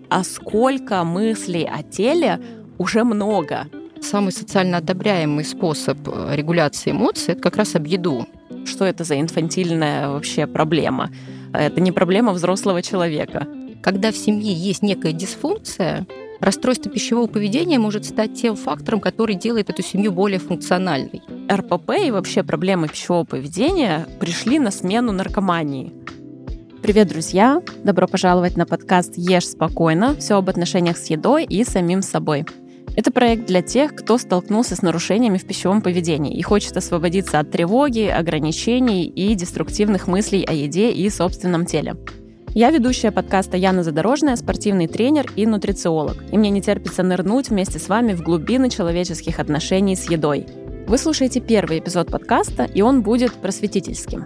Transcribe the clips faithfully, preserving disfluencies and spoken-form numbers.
а сколько мыслей о теле уже много. Самый социально одобряемый способ регуляции эмоций – это как раз об еду. Что это за инфантильная вообще проблема? Это не проблема взрослого человека. Когда в семье есть некая дисфункция, расстройство пищевого поведения может стать тем фактором, который делает эту семью более функциональной. эр пэ пэ и вообще проблемы пищевого поведения пришли на смену наркомании. Привет, друзья! Добро пожаловать на подкаст «Ешь спокойно. Все об отношениях с едой и самим собой». Это проект для тех, кто столкнулся с нарушениями в пищевом поведении и хочет освободиться от тревоги, ограничений и деструктивных мыслей о еде и собственном теле. Я ведущая подкаста Яна Задорожная, спортивный тренер и нутрициолог, и мне не терпится нырнуть вместе с вами в глубины человеческих отношений с едой. Вы слушаете первый эпизод подкаста, и он будет просветительским.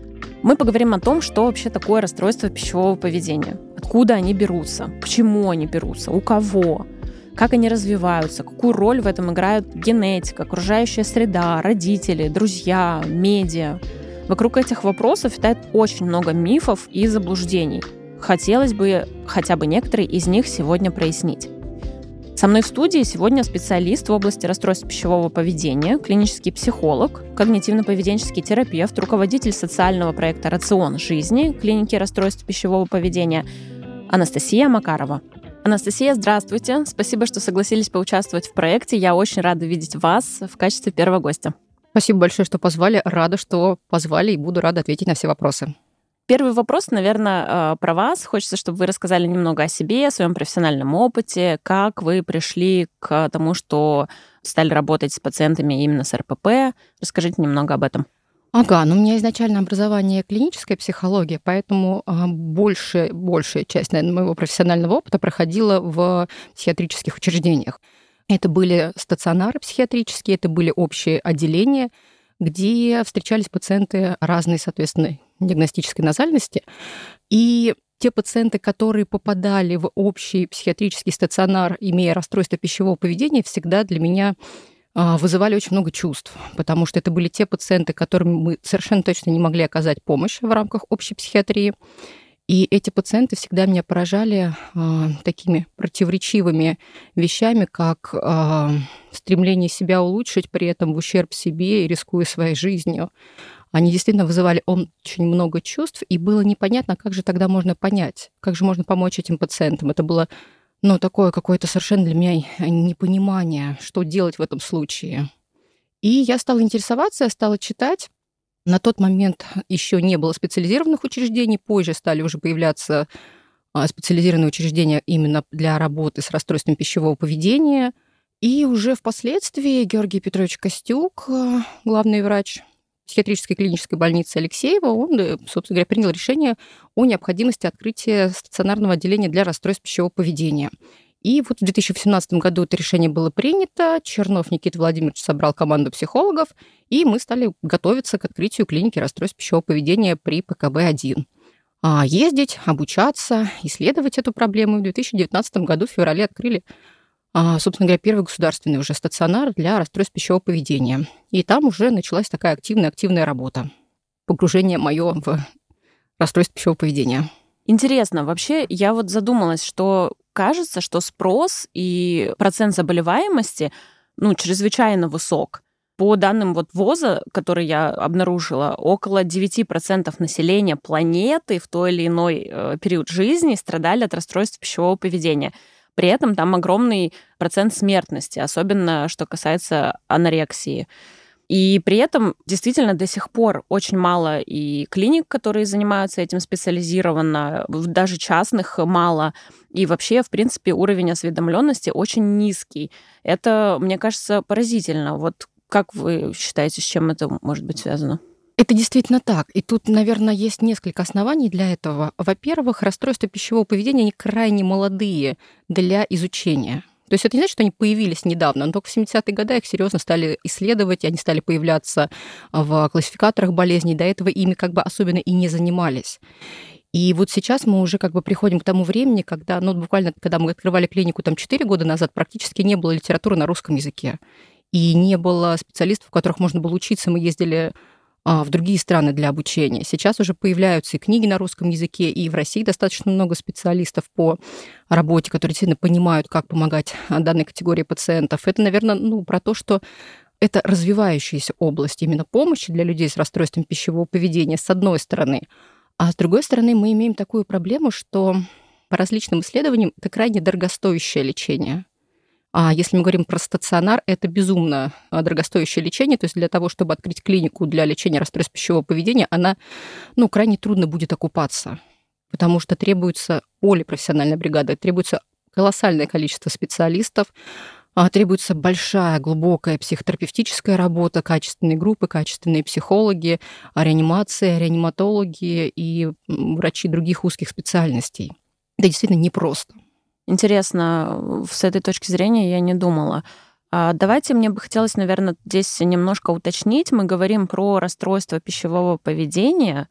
Мы поговорим о том, что вообще такое расстройство пищевого поведения, откуда они берутся, почему они берутся, у кого, как они развиваются, какую роль в этом играют генетика, окружающая среда, родители, друзья, медиа. Вокруг этих вопросов витает очень много мифов и заблуждений. Хотелось бы хотя бы некоторые из них сегодня прояснить. Со мной в студии сегодня специалист в области расстройств пищевого поведения, клинический психолог, когнитивно-поведенческий терапевт, руководитель социального проекта «Рацион жизни» клиники расстройств пищевого поведения Анастасия Макарова. Анастасия, здравствуйте. Спасибо, что согласились поучаствовать в проекте. Я очень рада видеть вас в качестве первого гостя. Спасибо большое, что позвали. Рада, что позвали, и буду рада ответить на все вопросы. Первый вопрос, наверное, про вас. Хочется, чтобы вы рассказали немного о себе, о своем профессиональном опыте, как вы пришли к тому, что стали работать с пациентами именно с эр пэ пэ. Расскажите немного об этом. Ага, ну у меня изначально образование клиническая психология, поэтому больше, большая часть, наверное, моего профессионального опыта проходила в психиатрических учреждениях. Это были стационары психиатрические, это были общие отделения, где встречались пациенты разной, соответственно, диагностической назальности. И те пациенты, которые попадали в общий психиатрический стационар, имея расстройство пищевого поведения, всегда для меня вызывали очень много чувств, потому что это были те пациенты, которым мы совершенно точно не могли оказать помощь в рамках общей психиатрии. И эти пациенты всегда меня поражали э, такими противоречивыми вещами, как э, стремление себя улучшить, при этом в ущерб себе и рискуя своей жизнью. Они действительно вызывали очень много чувств, и было непонятно, как же тогда можно понять, как же можно помочь этим пациентам. Это было ну, такое какое-то совершенно для меня непонимание, что делать в этом случае. И я стала интересоваться, я стала читать. На тот момент еще не было специализированных учреждений, позже стали уже появляться специализированные учреждения именно для работы с расстройством пищевого поведения. И уже впоследствии Георгий Петрович Костюк, главный врач психиатрической клинической больницы Алексеева, он, собственно говоря, принял решение о необходимости открытия стационарного отделения для расстройств пищевого поведения. И вот в две тысячи восемнадцатом году это решение было принято, Чернов Никита Владимирович собрал команду психологов, и мы стали готовиться к открытию клиники расстройств пищевого поведения при пэ ка бэ один. А ездить, обучаться, исследовать эту проблему. В две тысячи девятнадцатом году в феврале открыли, собственно говоря, первый государственный уже стационар для расстройств пищевого поведения. И там уже началась такая активная-активная работа, погружение мое в расстройство пищевого поведения. Интересно, вообще я вот задумалась, что кажется, что спрос и процент заболеваемости ну, чрезвычайно высок. По данным вот ВОЗа, которые я обнаружила, около девять процентов населения планеты в той или иной э, период жизни страдали от расстройств пищевого поведения. При этом там огромный процент смертности, особенно что касается анорексии. И при этом действительно до сих пор очень мало и клиник, которые занимаются этим специализированно, даже частных мало. И вообще, в принципе, уровень осведомленности очень низкий. Это, мне кажется, поразительно. Вот как вы считаете, с чем это может быть связано? Это действительно так. И тут, наверное, есть несколько оснований для этого. Во-первых, расстройства пищевого поведения, они крайне молодые для изучения. То есть это не значит, что они появились недавно, но только в семидесятые годы их серьезно стали исследовать, они стали появляться в классификаторах болезней. До этого ими как бы особенно и не занимались. И вот сейчас мы уже как бы приходим к тому времени, когда, ну, буквально, когда мы открывали клинику там четыре года назад, практически не было литературы на русском языке. И не было специалистов, у которых можно было учиться. Мы ездили в другие страны для обучения. Сейчас уже появляются и книги на русском языке, и в России достаточно много специалистов по работе, которые действительно понимают, как помогать данной категории пациентов. Это, наверное, ну, про то, что это развивающаяся область именно помощи для людей с расстройством пищевого поведения, с одной стороны. А с другой стороны, мы имеем такую проблему, что по различным исследованиям это крайне дорогостоящее лечение. А если мы говорим про стационар, это безумно дорогостоящее лечение. То есть для того, чтобы открыть клинику для лечения расстройств пищевого поведения, она, ну, крайне трудно будет окупаться, потому что требуется полипрофессиональная бригада, требуется колоссальное количество специалистов, требуется большая, глубокая психотерапевтическая работа, качественные группы, качественные психологи, реанимация, реаниматологи и врачи других узких специальностей. Это действительно непросто. Интересно, с этой точки зрения я не думала. Давайте, мне бы хотелось, наверное, здесь немножко уточнить. Мы говорим про расстройство пищевого поведения,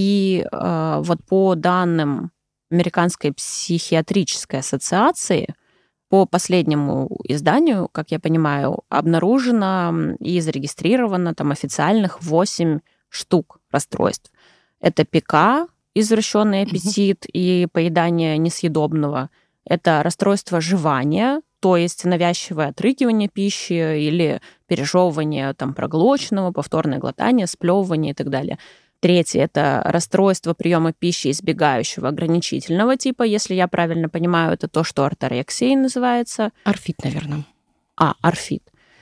и вот по данным Американской психиатрической ассоциации, по последнему изданию, как я понимаю, обнаружено и зарегистрировано там официальных восемь штук расстройств. Это ПК, извращенный аппетит и поедание несъедобного. Это расстройство жевания, то есть навязчивое отрыгивание пищи или пережевывание там, проглоченного, повторное глотание, сплевывание и так далее. Третье – это расстройство приема пищи избегающего ограничительного типа. Если я правильно понимаю, это то, что орторексией называется. Орфит, наверное. А, орфит.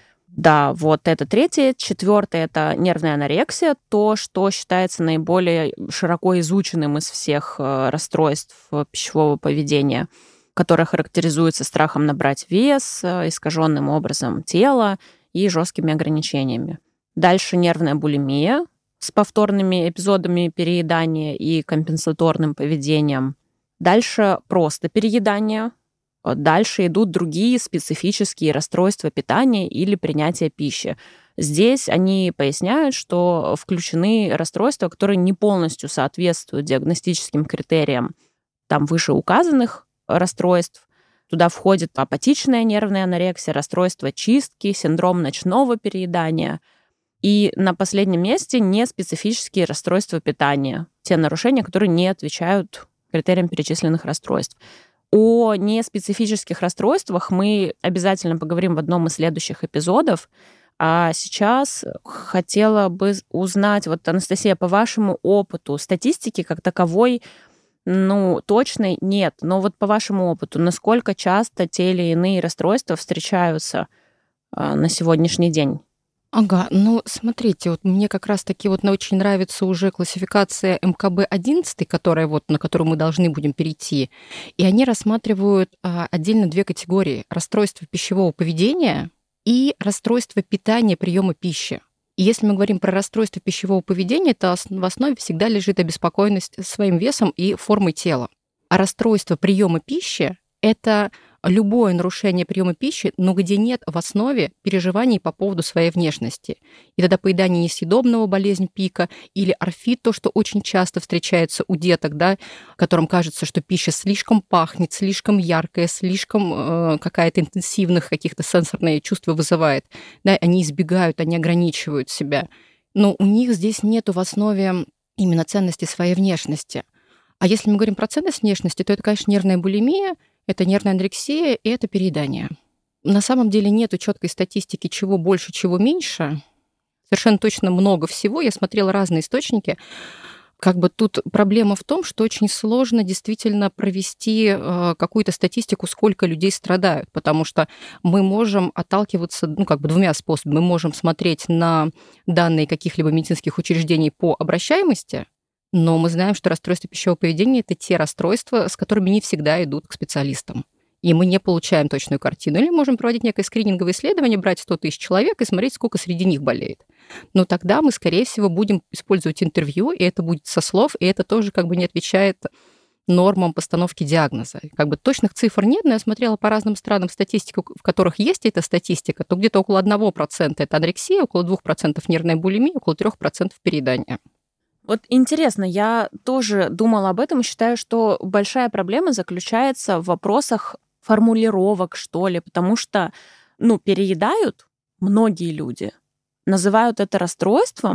Да, вот это третье. Четвертое – это нервная анорексия, то, что считается наиболее широко изученным из всех расстройств пищевого поведения, которое характеризуется страхом набрать вес, искаженным образом тела и жесткими ограничениями. Дальше нервная булимия с повторными эпизодами переедания и компенсаторным поведением. Дальше просто переедание. Дальше идут другие специфические расстройства питания или принятия пищи. Здесь они поясняют, что включены расстройства, которые не полностью соответствуют диагностическим критериям там вышеуказанных расстройств. Туда входит апатичная нервная анорексия, расстройство чистки, синдром ночного переедания. И на последнем месте неспецифические расстройства питания, те нарушения, которые не отвечают критериям перечисленных расстройств. О неспецифических расстройствах мы обязательно поговорим в одном из следующих эпизодов. А сейчас хотела бы узнать, вот, Анастасия, по вашему опыту, статистики как таковой, ну, точной нет. Но вот по вашему опыту, насколько часто те или иные расстройства встречаются на сегодняшний день? Ага, ну, смотрите, вот мне как раз-таки вот очень нравится уже классификация эм ка бэ одиннадцать, которая вот, на которую мы должны будем перейти, и они рассматривают а, отдельно две категории: расстройство пищевого поведения и расстройство питания, приема пищи. И если мы говорим про расстройство пищевого поведения, то в основе всегда лежит обеспокоенность своим весом и формой тела. А расстройство приема пищи – это любое нарушение приема пищи, но где нет в основе переживаний по поводу своей внешности. И тогда поедание несъедобного, болезнь пика, или орфит, то, что очень часто встречается у деток, да, которым кажется, что пища слишком пахнет, слишком яркая, слишком э, какая-то интенсивных каких-то сенсорные чувства вызывает. Да, они избегают, они ограничивают себя. Но у них здесь нету в основе именно ценности своей внешности. А если мы говорим про ценность внешности, то это, конечно, нервная булимия, это нервная анорексия и это переедание. На самом деле нету четкой статистики, чего больше, чего меньше. Совершенно точно много всего. Я смотрела разные источники. Как бы тут проблема в том, что очень сложно действительно провести э, какую-то статистику, сколько людей страдают, потому что мы можем отталкиваться, ну, как бы двумя способами. Мы можем смотреть на данные каких-либо медицинских учреждений по обращаемости, но мы знаем, что расстройства пищевого поведения – это те расстройства, с которыми не всегда идут к специалистам. И мы не получаем точную картину. Или можем проводить некое скрининговое исследование, брать сто тысяч человек и смотреть, сколько среди них болеет. Но тогда мы, скорее всего, будем использовать интервью, и это будет со слов, и это тоже как бы не отвечает нормам постановки диагноза. Как бы точных цифр нет, но я смотрела по разным странам статистику, в которых есть эта статистика, то где-то около одного процента это анорексия, около двух процентов нервная булимия, около трёх процентов переедания. Вот интересно, я тоже думала об этом и считаю, что большая проблема заключается в вопросах формулировок, что ли, потому что, ну, переедают многие люди, называют это расстройством,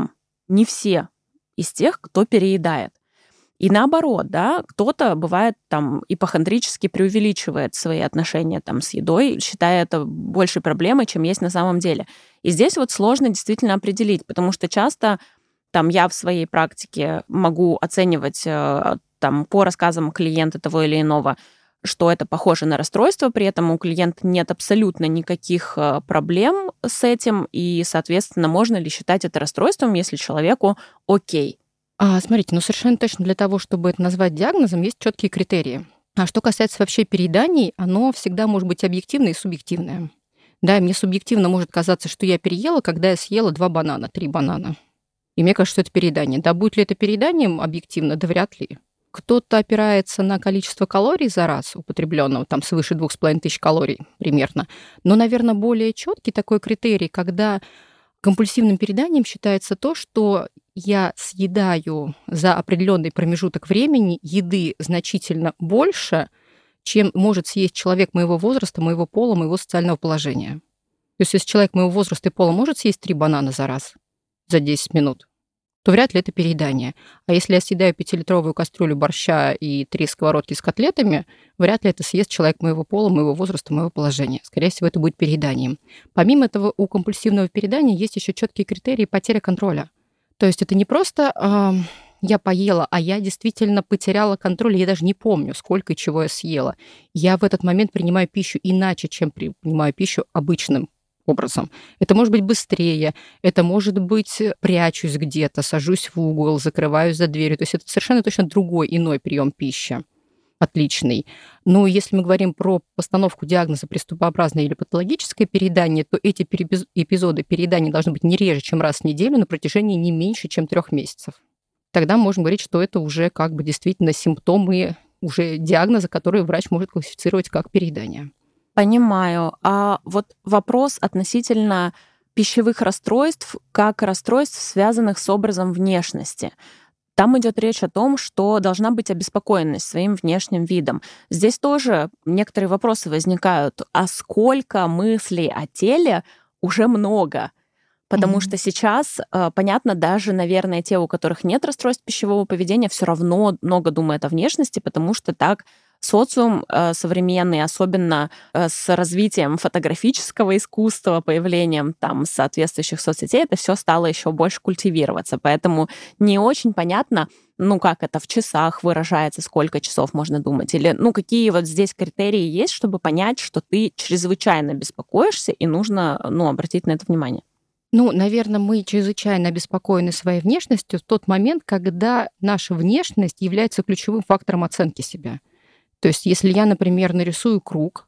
не все из тех, кто переедает. И наоборот, да, кто-то бывает там ипохондрически преувеличивает свои отношения там с едой, считая это большей проблемой, чем есть на самом деле. И здесь вот сложно действительно определить, потому что часто там я в своей практике могу оценивать там по рассказам клиента того или иного, что это похоже на расстройство, при этом у клиента нет абсолютно никаких проблем с этим, и, соответственно, можно ли считать это расстройством, если человеку окей. А, смотрите, ну совершенно точно для того, чтобы это назвать диагнозом, есть четкие критерии. А что касается вообще перееданий, оно всегда может быть объективное и субъективное. Да, и мне субъективно может казаться, что я переела, когда я съела два банана, три банана. И мне кажется, что это переедание. Да, будет ли это перееданием объективно? Да вряд ли. Кто-то опирается на количество калорий за раз употребленного, там свыше двух с половиной тысяч калорий примерно. Но, наверное, более четкий такой критерий, когда компульсивным перееданием считается то, что я съедаю за определенный промежуток времени еды значительно больше, чем может съесть человек моего возраста, моего пола, моего социального положения. То есть если человек моего возраста и пола может съесть три банана за раз, за десять минут, то вряд ли это переедание. А если я съедаю пятилитровую кастрюлю борща и три сковородки с котлетами, вряд ли это съест человек моего пола, моего возраста, моего положения. Скорее всего, это будет перееданием. Помимо этого, у компульсивного переедания есть еще четкие критерии потери контроля. То есть это не просто э, я поела, а я действительно потеряла контроль, я даже не помню, сколько и чего я съела. Я в этот момент принимаю пищу иначе, чем принимаю пищу обычным образом. Это может быть быстрее, это может быть прячусь где-то, сажусь в угол, закрываюсь за дверью. То есть это совершенно точно другой, иной прием пищи. Отличный. Но если мы говорим про постановку диагноза приступообразное или патологическое переедание, то эти эпизоды переедания должны быть не реже, чем раз в неделю на протяжении не меньше, чем трех месяцев. Тогда можем говорить, что это уже как бы действительно симптомы уже диагноза, который врач может классифицировать как переедание. Понимаю. А вот вопрос относительно пищевых расстройств, как расстройств, связанных с образом внешности. Там идет речь о том, что должна быть обеспокоенность своим внешним видом. Здесь тоже некоторые вопросы возникают. А сколько мыслей о теле уже много? Потому mm-hmm. что сейчас, понятно, даже, наверное, те, у которых нет расстройств пищевого поведения, все равно много думают о внешности, потому что так социум современный, особенно с развитием фотографического искусства, появлением там соответствующих соцсетей, это все стало еще больше культивироваться. Поэтому не очень понятно, ну, как это в часах выражается, сколько часов можно думать, или, ну, какие вот здесь критерии есть, чтобы понять, что ты чрезвычайно беспокоишься и нужно, ну, обратить на это внимание. Ну, наверное, мы чрезвычайно обеспокоены своей внешностью в тот момент, когда наша внешность является ключевым фактором оценки себя. То есть если я, например, нарисую круг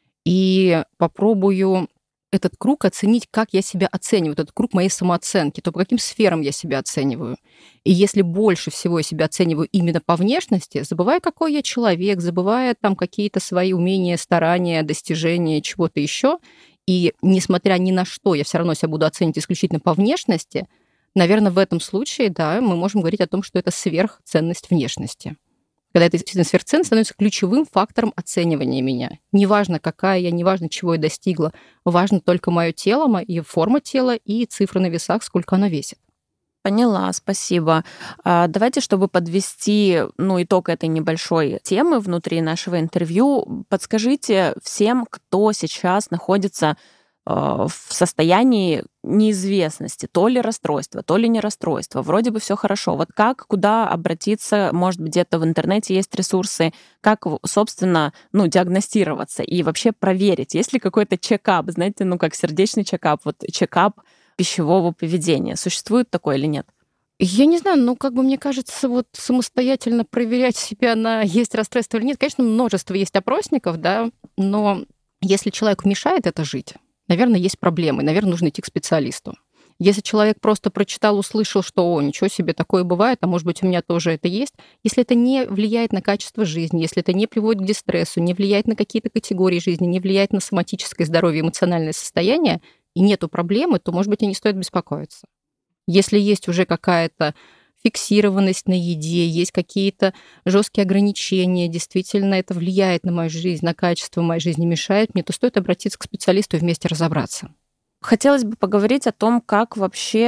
и попробую этот круг оценить, как я себя оцениваю, этот круг моей самооценки, то по каким сферам я себя оцениваю. И если больше всего я себя оцениваю именно по внешности, забывая, какой я человек, забывая там какие-то свои умения, старания, достижения, чего-то еще, и несмотря ни на что, я все равно себя буду оценивать исключительно по внешности, наверное, в этом случае, да, мы можем говорить о том, что это сверхценность внешности. Когда это действительно сверхценность становится ключевым фактором оценивания меня. Неважно, какая я, неважно, чего я достигла. Важно только мое тело, и форма тела, и цифры на весах, сколько оно весит. Поняла, спасибо. Давайте, чтобы подвести, ну, итог этой небольшой темы внутри нашего интервью, подскажите всем, кто сейчас находится в состоянии неизвестности, то ли расстройство, то ли не расстройство. Вроде бы все хорошо. Вот как, куда обратиться? Может быть, где-то в интернете есть ресурсы, как, собственно, ну, диагностироваться и вообще проверить, есть ли какой-то чекап, знаете, ну, как сердечный чекап, вот чекап пищевого поведения. Существует такое или нет? Я не знаю, ну, как бы мне кажется, вот самостоятельно проверять себя на есть расстройство или нет, конечно, множество есть опросников, да, но если человеку мешает это жить, наверное, есть проблемы, наверное, нужно идти к специалисту. Если человек просто прочитал, услышал, что «О, ничего себе, такое бывает, а может быть, у меня тоже это есть», если это не влияет на качество жизни, если это не приводит к дистрессу, не влияет на какие-то категории жизни, не влияет на соматическое здоровье, эмоциональное состояние, и нету проблемы, то, может быть, и не стоит беспокоиться. Если есть уже какая-то фиксированность на еде, есть какие-то жесткие ограничения, действительно это влияет на мою жизнь, на качество моей жизни, мешает мне, то стоит обратиться к специалисту и вместе разобраться. Хотелось бы поговорить о том, как вообще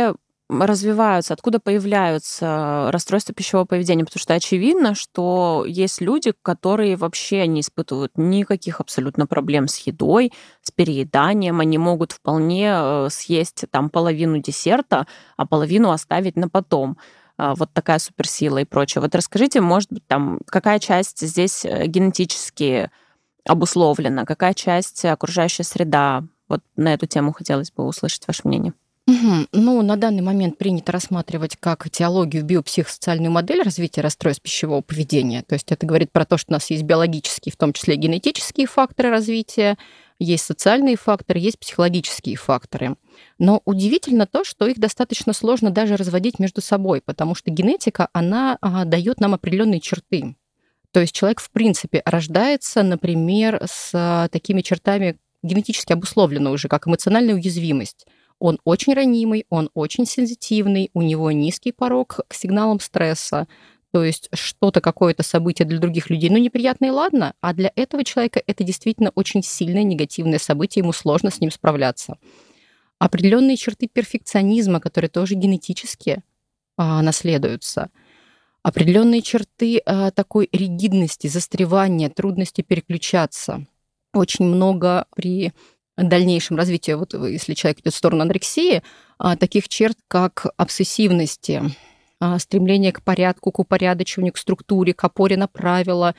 развиваются, откуда появляются расстройства пищевого поведения? Потому что очевидно, что есть люди, которые вообще не испытывают никаких абсолютно проблем с едой, с перееданием. Они могут вполне э, съесть там половину десерта, а половину оставить на потом. А, Вот такая суперсила и прочее. Вот расскажите, может быть, там, какая часть здесь э, генетически обусловлена, какая часть окружающая среда? Вот на эту тему хотелось бы услышать ваше мнение. Мгм. Ну, на данный момент принято рассматривать как теологию биопсихосоциальную модель развития расстройств пищевого поведения. То есть это говорит про то, что у нас есть биологические, в том числе генетические факторы развития, есть социальные факторы, есть психологические факторы. Но удивительно то, что их достаточно сложно даже разводить между собой, потому что генетика, она а, дает нам определенные черты. То есть человек, в принципе, рождается, например, с а, такими чертами генетически обусловлены уже, как эмоциональная уязвимость. Он очень ранимый, он очень сенситивный, у него низкий порог к сигналам стресса. То есть что-то, какое-то событие для других людей, ну, неприятное, ладно, а для этого человека это действительно очень сильное негативное событие, ему сложно с ним справляться. Определенные черты перфекционизма, которые тоже генетически а, наследуются. Определенные черты а, такой ригидности, застревания, трудности переключаться. Очень много при дальнейшем развитии, вот если человек идет в сторону анорексии, а, таких черт, как обсессивности, а, стремление к порядку, к упорядочиванию, к структуре, к опоре на правила.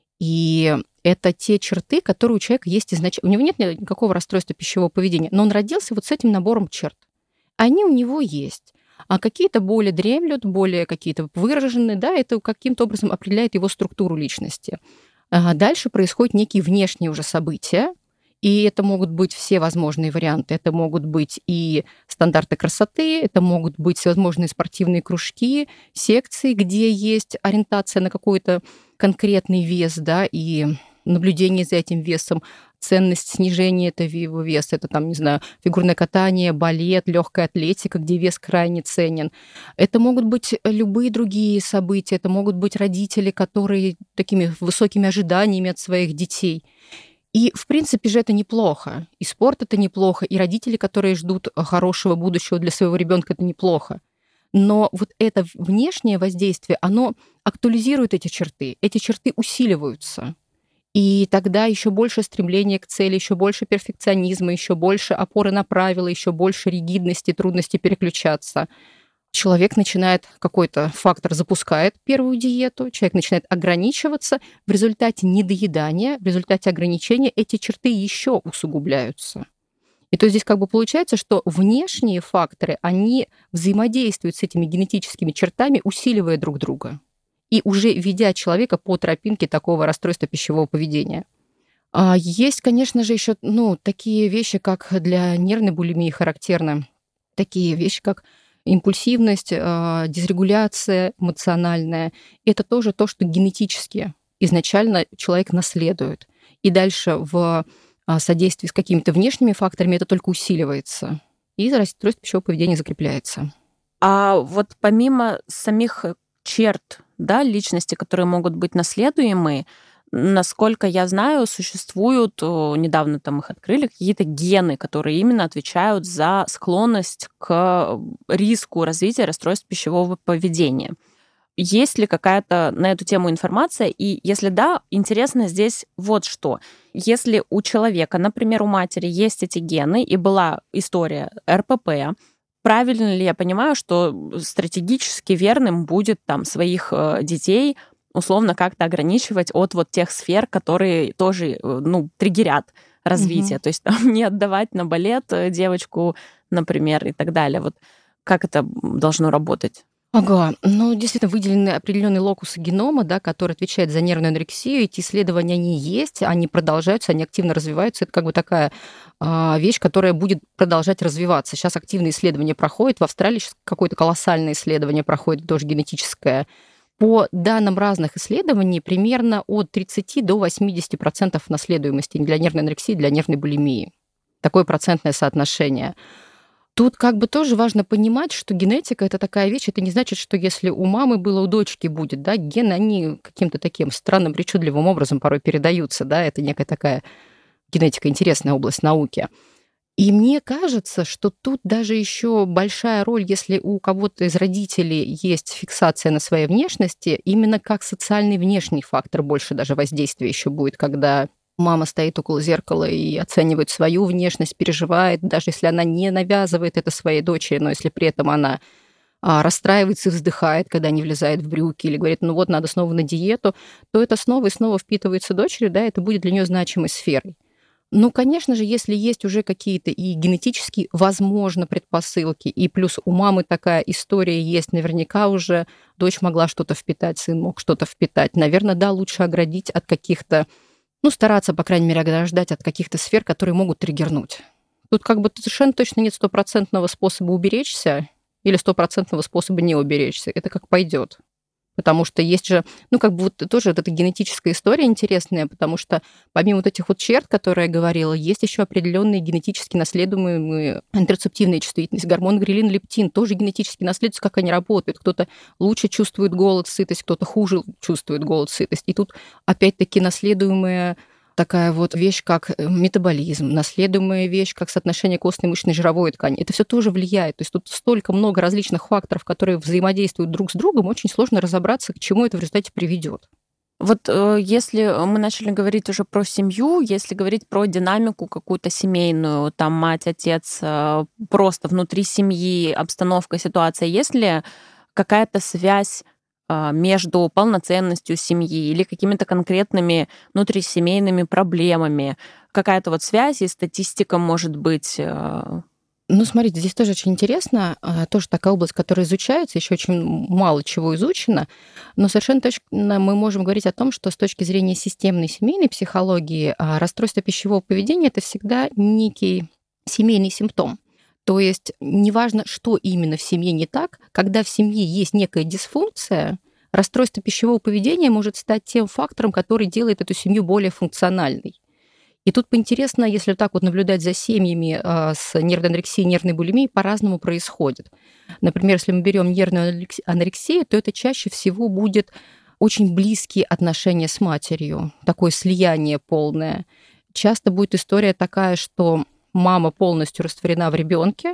И это те черты, которые у человека есть изначально. У него нет никакого расстройства пищевого поведения, но он родился вот с этим набором черт. Они у него есть. А какие-то более дремлют, более какие-то выраженные, да, это каким-то образом определяет его структуру личности. А дальше происходят некие внешние уже события, и это могут быть все возможные варианты. Это могут быть и стандарты красоты, это могут быть всевозможные спортивные кружки, секции, где есть ориентация на какой-то конкретный вес, да, и наблюдение за этим весом, ценность снижения этого его веса. Это там, не знаю, фигурное катание, балет, легкая атлетика, где вес крайне ценен. Это могут быть любые другие события. Это могут быть родители, которые такими высокими ожиданиями от своих детей. И, в принципе же, это неплохо. И спорт — это неплохо, и родители, которые ждут хорошего будущего для своего ребенка, это неплохо. Но вот это внешнее воздействие, оно актуализирует эти черты, эти черты усиливаются. И тогда еще больше стремления к цели, еще больше перфекционизма, еще больше опоры на правила, еще больше ригидности, трудности переключаться. Человек начинает какой-то фактор, запускает первую диету, человек начинает ограничиваться, в результате недоедания, в результате ограничения эти черты еще усугубляются. И то здесь как бы получается, что внешние факторы, они взаимодействуют с этими генетическими чертами, усиливая друг друга и уже ведя человека по тропинке такого расстройства пищевого поведения. А есть, конечно же, еще ну, такие вещи, как для нервной булимии характерны, такие вещи, как импульсивность, дисрегуляция эмоциональная. Это тоже то, что генетически изначально человек наследует. И дальше в содействии с какими-то внешними факторами это только усиливается. И расстройство пищевого поведения закрепляется. А вот помимо самих черт, да, личности, которые могут быть наследуемые, насколько я знаю, существуют, недавно там их открыли, какие-то гены, которые именно отвечают за склонность к риску развития расстройств пищевого поведения. Есть ли какая-то на эту тему информация? И если да, интересно здесь вот что. Если у человека, например, у матери есть эти гены, и была история эр пэ пэ, правильно ли я понимаю, что стратегически верным будет там своих детей условно как-то ограничивать от вот тех сфер, которые тоже, ну, триггерят развитие. Угу. То есть там не отдавать на балет девочку, например, и так далее. Вот как это должно работать? Ага, ну, действительно, выделены определенные локусы генома, да, которые отвечают за нервную анорексию. Эти исследования, они есть, они продолжаются, они активно развиваются. Это как бы такая а, вещь, которая будет продолжать развиваться. Сейчас активные исследования проходят. В Австралии сейчас какое-то колоссальное исследование проходит, тоже генетическое. По данным разных исследований, примерно от тридцати до восьмидесяти процентов наследуемости для нервной анорексии, для нервной булимии. Такое процентное соотношение. Тут как бы тоже важно понимать, что генетика — это такая вещь, это не значит, что если у мамы было, у дочки будет, да, гены, они каким-то таким странным, причудливым образом порой передаются, да, это некая такая генетика, интересная область науки. И мне кажется, что тут даже еще большая роль, если у кого-то из родителей есть фиксация на своей внешности, именно как социальный внешний фактор больше даже воздействия еще будет, когда мама стоит около зеркала и оценивает свою внешность, переживает, даже если она не навязывает это своей дочери, но если при этом она а, расстраивается и вздыхает, когда не влезает в брюки, или говорит, ну вот, надо снова на диету, то это снова и снова впитывается дочерью, да, это будет для нее значимой сферой. Ну, конечно же, если есть уже какие-то и генетические, возможно, предпосылки, и плюс у мамы такая история есть, наверняка уже дочь могла что-то впитать, сын мог что-то впитать. Наверное, да, лучше оградить от каких-то, ну, стараться, по крайней мере, ограждать от каких-то сфер, которые могут триггернуть. Тут как бы совершенно точно нет стопроцентного способа уберечься или стопроцентного способа не уберечься. Это как пойдет. Потому что есть же, ну, как бы вот тоже вот эта генетическая история интересная, потому что помимо вот этих вот черт, которые я говорила, есть еще определенные генетически наследуемые интерцептивная чувствительность. Гормон грелин, лептин тоже генетически наследуется, как они работают. Кто-то лучше чувствует голод, сытость, кто-то хуже чувствует голод, сытость. И тут опять-таки наследуемая такая вот вещь, как метаболизм, наследуемая вещь, как соотношение костной, мышечной, жировой ткани. Это все тоже влияет. То есть тут столько много различных факторов, которые взаимодействуют друг с другом, очень сложно разобраться, к чему это в результате приведет. Вот э, если мы начали говорить уже про семью, если говорить про динамику какую-то семейную, там мать, отец, э, просто внутри семьи, обстановка, ситуация, есть ли какая-то связь между полноценностью семьи или какими-то конкретными внутрисемейными проблемами? Какая-то вот связь и статистика может быть? Ну, смотрите, здесь тоже очень интересно. Тоже такая область, которая изучается, еще очень мало чего изучено, но совершенно точно мы можем говорить о том, что с точки зрения системной семейной психологии расстройство пищевого поведения — это всегда некий семейный симптом. То есть неважно, что именно в семье не так, когда в семье есть некая дисфункция, расстройство пищевого поведения может стать тем фактором, который делает эту семью более функциональной. И тут поинтересно, если так вот наблюдать за семьями с нервной анорексией, нервной булимией, по-разному происходит. Например, если мы берем нервную анорексию, то это чаще всего будет очень близкие отношения с матерью, такое слияние полное. Часто будет история такая, что мама полностью растворена в ребенке,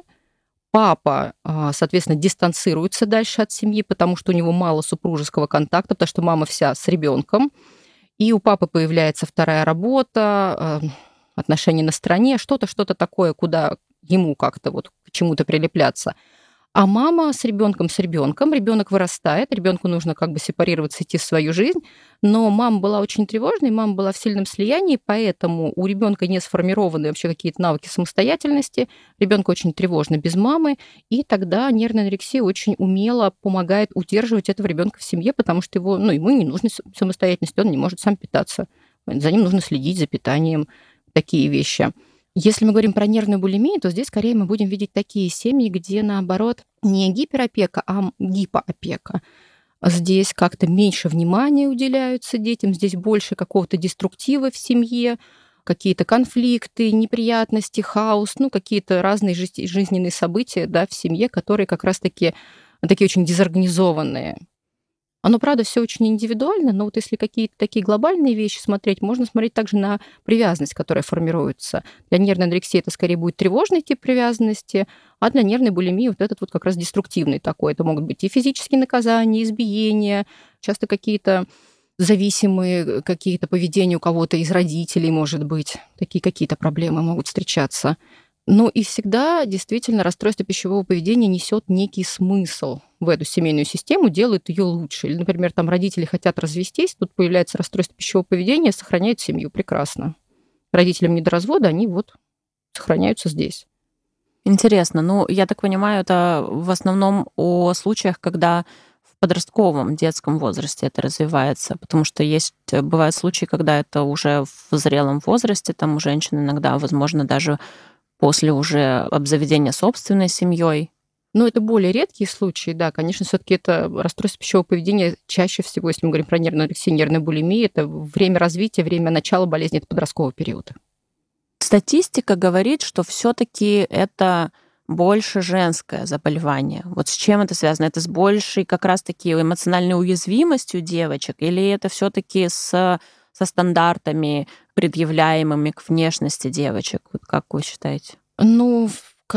папа, соответственно, дистанцируется дальше от семьи, потому что у него мало супружеского контакта, потому что мама вся с ребенком, и у папы появляется вторая работа, отношения на стороне, что-то, что-то такое, куда ему как-то вот к чему-то прилепляться. А мама с ребенком, с ребенком, ребенок вырастает, ребенку нужно как бы сепарироваться, идти в свою жизнь, но мама была очень тревожной, мама была в сильном слиянии, поэтому у ребенка не сформированы вообще какие-то навыки самостоятельности, ребенку очень тревожно без мамы, и тогда нервная анорексия очень умело помогает удерживать этого ребенка в семье, потому что его, ну, ему не нужна самостоятельность, он не может сам питаться, за ним нужно следить за питанием, такие вещи. Если мы говорим про нервную булимию, то здесь скорее мы будем видеть такие семьи, где, наоборот, не гиперопека, а гипоопека. Здесь как-то меньше внимания уделяются детям, здесь больше какого-то деструктива в семье, какие-то конфликты, неприятности, хаос, ну, какие-то разные жизненные события, да, в семье, которые как раз-таки такие очень дезорганизованные. Оно, правда, все очень индивидуально, но вот если какие-то такие глобальные вещи смотреть, можно смотреть также на привязанность, которая формируется. Для нервной анорексии это скорее будет тревожный тип привязанности, а для нервной булимии вот этот вот как раз деструктивный такой. Это могут быть и физические наказания, и избиения, часто какие-то зависимые какие-то поведения у кого-то из родителей, может быть. Такие какие-то проблемы могут встречаться. Ну и всегда действительно расстройство пищевого поведения несет некий смысл в эту семейную систему, делает ее лучше. Или, например, там родители хотят развестись, тут появляется расстройство пищевого поведения, сохраняют семью. Прекрасно. Родителям не до развода, они вот сохраняются здесь. Интересно. Ну, я так понимаю, это в основном о случаях, когда в подростковом детском возрасте это развивается, потому что есть, бывают случаи, когда это уже в зрелом возрасте, там у женщин иногда, возможно, даже после уже обзаведения собственной семьей. Ну, это более редкие случаи, да. Конечно, все-таки это расстройство пищевого поведения чаще всего, если мы говорим про нервную анорексию, нервную булимию, это время развития, время начала болезни, это подростковый период. Статистика говорит, что все-таки это больше женское заболевание. Вот с чем это связано? Это с большей как раз-таки эмоциональной уязвимостью девочек, или это все-таки с со стандартами, предъявляемыми к внешности девочек? Вот как вы считаете? Ну,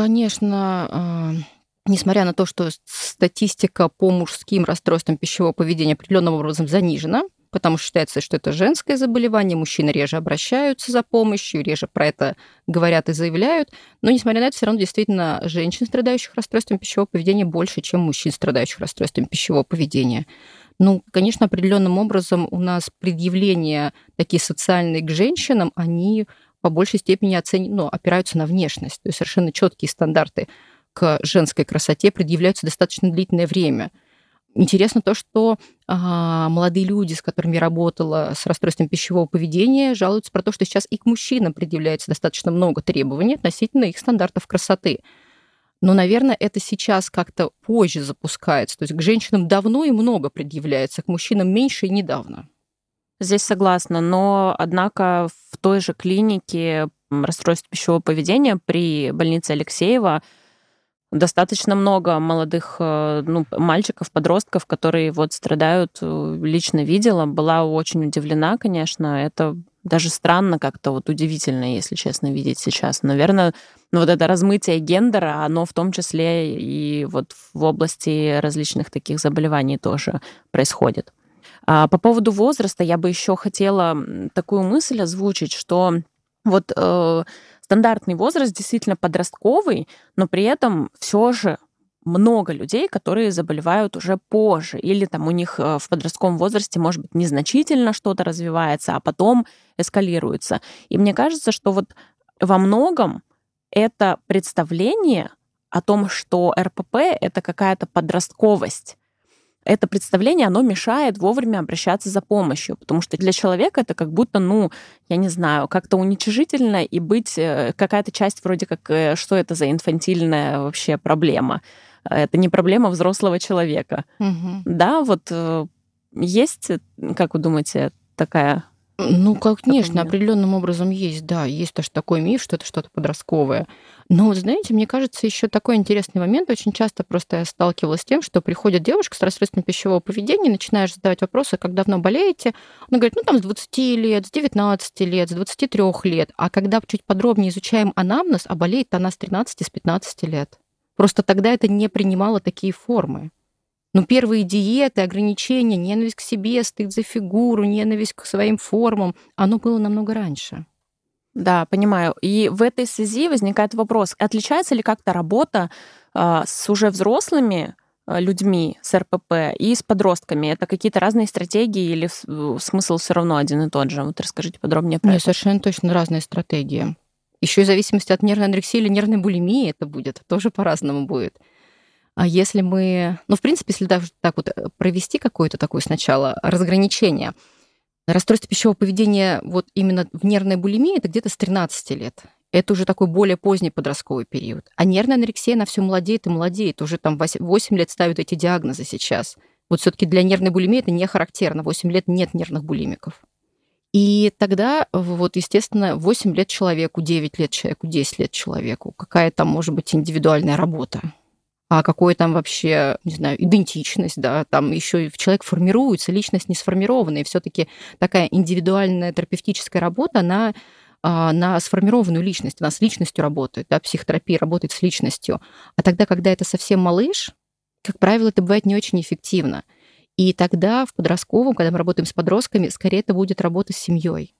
конечно, несмотря на то, что статистика по мужским расстройствам пищевого поведения определенным образом занижена, потому что считается, что это женское заболевание, мужчины реже обращаются за помощью, реже про это говорят и заявляют, но, несмотря на это, все равно действительно женщин, страдающих расстройством пищевого поведения, больше, чем мужчин, страдающих расстройством пищевого поведения. Ну, конечно, определенным образом у нас предъявления такие социальные к женщинам, они по большей степени оцен... ну, опираются на внешность, то есть совершенно четкие стандарты к женской красоте предъявляются достаточно длительное время. Интересно то, что а, молодые люди, с которыми я работала с расстройством пищевого поведения, жалуются про то, что сейчас и к мужчинам предъявляется достаточно много требований относительно их стандартов красоты. Но, наверное, это сейчас как-то позже запускается. То есть к женщинам давно и много предъявляется, к мужчинам меньше и недавно. Здесь согласна, но, однако, в той же клинике расстройств пищевого поведения при больнице Алексеева достаточно много молодых ну, мальчиков, подростков, которые вот страдают, лично видела. Была очень удивлена, конечно. Это даже странно как-то, вот удивительно, если честно, видеть сейчас. Наверное, ну, вот это размытие гендера, оно в том числе и вот в области различных таких заболеваний тоже происходит. А по поводу возраста я бы еще хотела такую мысль озвучить, что вот э, стандартный возраст действительно подростковый, но при этом все же много людей, которые заболевают уже позже, или там у них в подростковом возрасте, может быть, незначительно что-то развивается, а потом эскалируется. И мне кажется, что вот во многом это представление о том, что эр пэ пэ — это какая-то подростковость, это представление, оно мешает вовремя обращаться за помощью, потому что для человека это как будто, ну, я не знаю, как-то уничижительно и быть какая-то часть вроде как, что это за инфантильная вообще проблема. Это не проблема взрослого человека. Угу. Да, вот есть, как вы думаете, такая... Ну, конечно, определенным образом есть, да, есть тоже такой миф, что это что-то подростковое. Но, вот, знаете, мне кажется, еще такой интересный момент. Очень часто просто я сталкивалась с тем, что приходит девушка с расстройством пищевого поведения, начинаешь задавать вопросы, как давно болеете. Она говорит, ну, там, с двадцати лет, с девятнадцати лет, с двадцати трёх лет. А когда чуть подробнее изучаем анамнез, а болеет она с тринадцати, с пятнадцати лет. Просто тогда это не принимало такие формы. Но первые диеты, ограничения, ненависть к себе, стыд за фигуру, ненависть к своим формам, оно было намного раньше. Да, понимаю. И в этой связи возникает вопрос, отличается ли как-то работа э, с уже взрослыми людьми с эр пэ пэ и с подростками? Это какие-то разные стратегии или смысл все равно один и тот же? Вот расскажите подробнее про Нет, это. Совершенно точно разные стратегии. Еще и в зависимости от нервной анорексии или нервной булимии это будет, тоже по-разному будет. А если мы... Ну, в принципе, если даже так вот провести какое-то такое сначала разграничение, расстройство пищевого поведения вот именно в нервной булимии это где-то с тринадцати лет. Это уже такой более поздний подростковый период. А нервная анорексия, она все молодеет и молодеет. Уже там восемь лет ставят эти диагнозы сейчас. Вот все таки для нервной булимии это не характерно. восемь лет нет нервных булимиков. И тогда, вот, естественно, восемь лет человеку, девять лет человеку, десять лет человеку. Какая там может быть индивидуальная работа? А какой там вообще, не знаю, идентичность, да, там еще человек формируется, личность не сформированная, и все-таки такая индивидуальная терапевтическая работа, она на сформированную личность, она с личностью работает, да, психотерапия работает с личностью. А тогда, когда это совсем малыш, как правило, это бывает не очень эффективно. И тогда в подростковом, когда мы работаем с подростками, скорее это будет работа с семьей.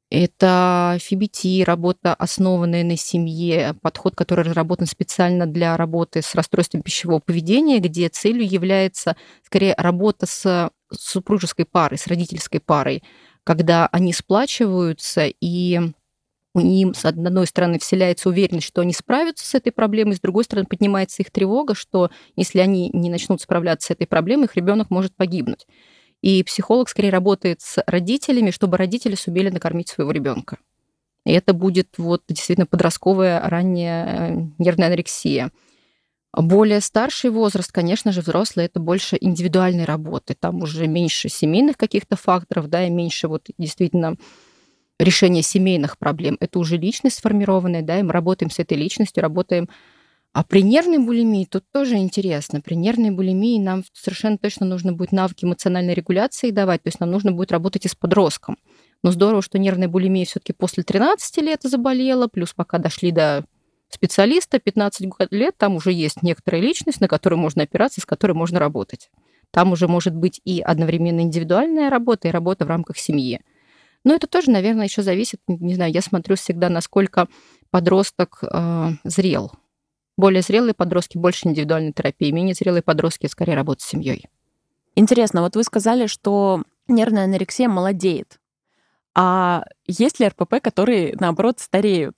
Это эф би ти, работа, основанная на семье, подход, который разработан специально для работы с расстройством пищевого поведения, где целью является скорее работа с супружеской парой, с родительской парой, когда они сплачиваются, и у них, с одной стороны, вселяется уверенность, что они справятся с этой проблемой, с другой стороны, поднимается их тревога, что если они не начнут справляться с этой проблемой, их ребенок может погибнуть. И психолог скорее работает с родителями, чтобы родители сумели накормить своего ребенка. И это будет вот действительно подростковая ранняя нервная анорексия. Более старший возраст, конечно же, взрослые, это больше индивидуальной работы. Там уже меньше семейных каких-то факторов, да, и меньше вот действительно решения семейных проблем. Это уже личность сформированная, да, и мы работаем с этой личностью, работаем. А при нервной булимии тут тоже интересно. При нервной булимии нам совершенно точно нужно будет навыки эмоциональной регуляции давать, то есть нам нужно будет работать и с подростком. Но здорово, что нервная булимия все-таки после тринадцати лет заболела, плюс пока дошли до специалиста, пятнадцать лет, там уже есть некоторая личность, на которую можно опираться, с которой можно работать. Там уже может быть и одновременно индивидуальная работа, и работа в рамках семьи. Но это тоже, наверное, еще зависит, не знаю, я смотрю всегда, насколько подросток э, зрел. Более зрелые подростки больше индивидуальной терапии, менее зрелые подростки скорее работают с семьей. Интересно, вот вы сказали, что нервная анорексия молодеет. А есть ли эр пэ пэ, которые, наоборот, стареют?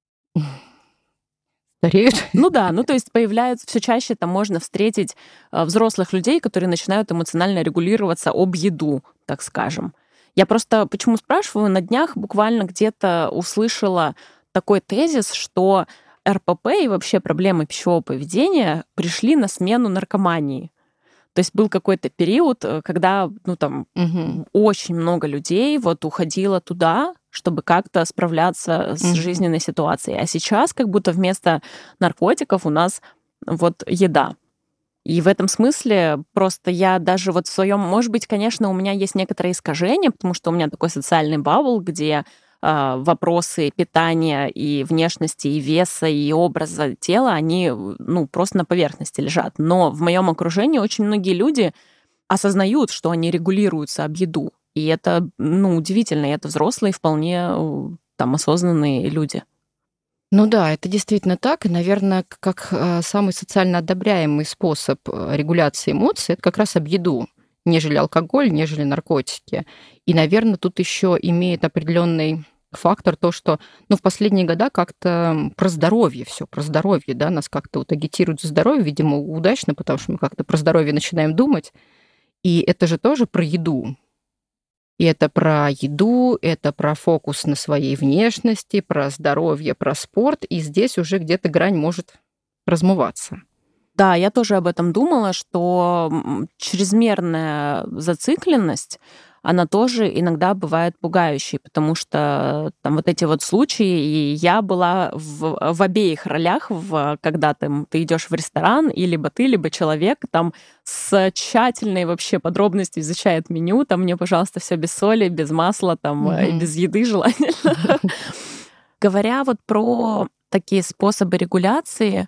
Стареют? Ну да, ну то есть появляются все чаще, там можно встретить э, взрослых людей, которые начинают эмоционально регулироваться об еду, так скажем. Я просто почему спрашиваю, на днях буквально где-то услышала такой тезис, что эр пэ пэ и вообще проблемы пищевого поведения пришли на смену наркомании. То есть был какой-то период, когда, ну, там, Угу. очень много людей вот уходило туда, чтобы как-то справляться с Мгм. жизненной ситуацией. А сейчас как будто вместо наркотиков у нас вот еда. И в этом смысле просто я даже вот в своем, может быть, конечно, у меня есть некоторые искажения, потому что у меня такой социальный бабл, где а, вопросы питания и внешности, и веса, и образа тела, они, ну, просто на поверхности лежат. Но в моем окружении очень многие люди осознают, что они регулируются об еду. И это, ну, удивительно. И это взрослые, вполне э, там осознанные люди. Ну да, это действительно так. И, наверное, как э, самый социально одобряемый способ э, регуляции эмоций, это как раз об еду, нежели алкоголь, нежели наркотики. И, наверное, тут еще имеет определенный фактор то, что ну, в последние года как-то про здоровье все, про здоровье, да, нас как-то вот агитируют за здоровье, видимо, удачно, потому что мы как-то про здоровье начинаем думать. И это же тоже про еду. И это про еду, это про фокус на своей внешности, про здоровье, про спорт. И здесь уже где-то грань может размываться. Да, я тоже об этом думала, что м, чрезмерная зацикленность, она тоже иногда бывает пугающей, потому что там вот эти вот случаи, и я была в, в обеих ролях, в, когда ты, м, ты идешь в ресторан, и либо ты, либо человек там с тщательной вообще подробностью изучает меню, там мне, пожалуйста, все без соли, без масла, там, э, и Мгм. без еды желательно. Говоря вот про такие способы регуляции,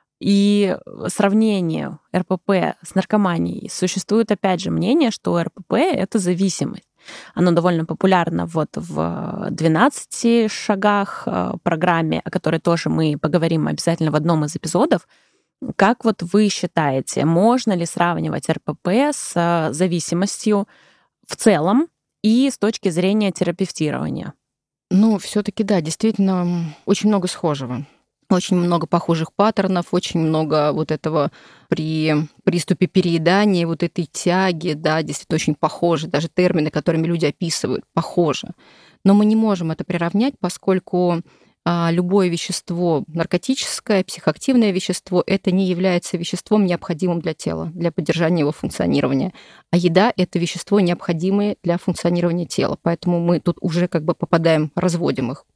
и сравнение эр пэ пэ с наркоманией, существует, опять же, мнение, что эр пэ пэ — это зависимость. Оно довольно популярно вот в двенадцати шагах э, программе, о которой тоже мы поговорим обязательно в одном из эпизодов. Как вот вы считаете, можно ли сравнивать эр пэ пэ с э, зависимостью в целом и с точки зрения терапевтирования? Ну, все-таки да, действительно, м, очень много схожего. Очень много похожих паттернов, очень много вот этого при приступе переедания, вот этой тяги, да, действительно очень похожи, даже термины, которыми люди описывают, похожи. Но мы не можем это приравнять, поскольку а, любое вещество наркотическое, психоактивное вещество, это не является веществом, необходимым для тела, для поддержания его функционирования. А еда — это вещество, необходимое для функционирования тела. Поэтому мы тут уже как бы попадаем, разводим их.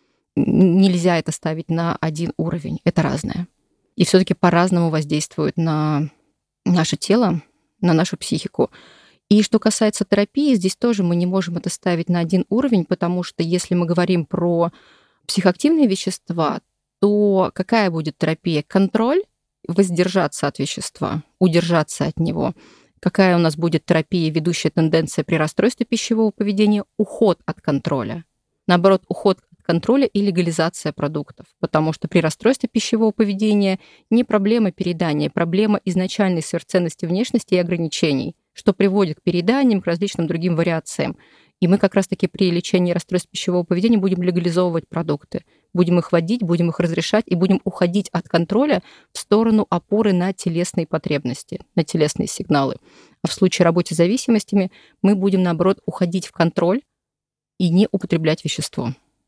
Нельзя это ставить на один уровень. Это разное. И все-таки по-разному воздействует на наше тело, на нашу психику. И что касается терапии, здесь тоже мы не можем это ставить на один уровень, потому что если мы говорим про психоактивные вещества, то какая будет терапия? Контроль, воздержаться от вещества, удержаться от него. Какая у нас будет терапия, ведущая тенденция при расстройстве пищевого поведения? Уход от контроля. Наоборот, уход от контроля и легализация продуктов. Потому что при расстройстве пищевого поведения не проблема переедания, проблема изначальной сверхценности внешности и ограничений, что приводит к перееданиям, к различным другим вариациям. И мы как раз-таки при лечении расстройств пищевого поведения будем легализовывать продукты. Будем их вводить, будем их разрешать и будем уходить от контроля в сторону опоры на телесные потребности, на телесные сигналы. А в случае работы с зависимостями мы будем, наоборот, уходить в контроль и не употреблять вещество.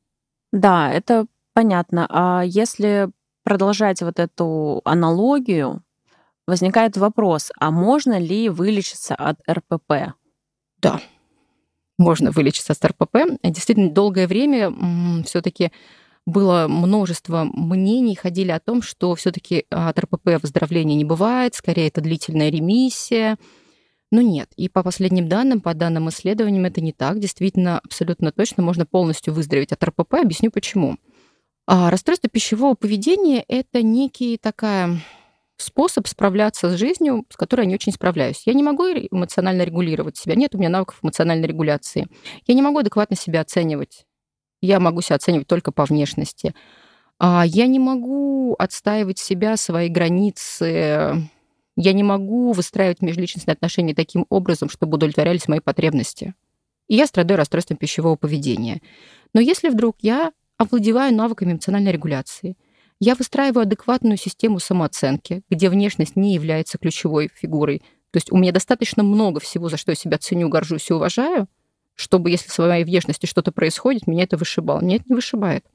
Да, это понятно. А если продолжать вот эту аналогию, возникает вопрос, а можно ли вылечиться от эр пэ пэ? Да, можно вылечиться от эр пэ пэ. Действительно, долгое время все-таки было множество мнений, ходили о том, что все-таки от эр пэ пэ выздоровления не бывает, скорее это длительная ремиссия. Но нет. И по последним данным, по данным исследованиям, это не так. Действительно, абсолютно точно можно полностью выздороветь от эр пэ пэ. Объясню почему. А расстройство пищевого поведения — это некий такая способ справляться с жизнью, с которой я не очень справляюсь. Я не могу эмоционально регулировать себя. Нет у меня навыков эмоциональной регуляции. Я не могу адекватно себя оценивать. Я могу себя оценивать только по внешности. А я не могу отстаивать себя, свои границы. Я не могу выстраивать межличностные отношения таким образом, чтобы удовлетворялись мои потребности. И я страдаю расстройством пищевого поведения. Но если вдруг я овладеваю навыками эмоциональной регуляции, я выстраиваю адекватную систему самооценки, где внешность не является ключевой фигурой. То есть у меня достаточно много всего, за что я себя ценю, горжусь и уважаю, чтобы, если с моей внешностью что-то происходит, меня это вышибало. Меня это не вышибает.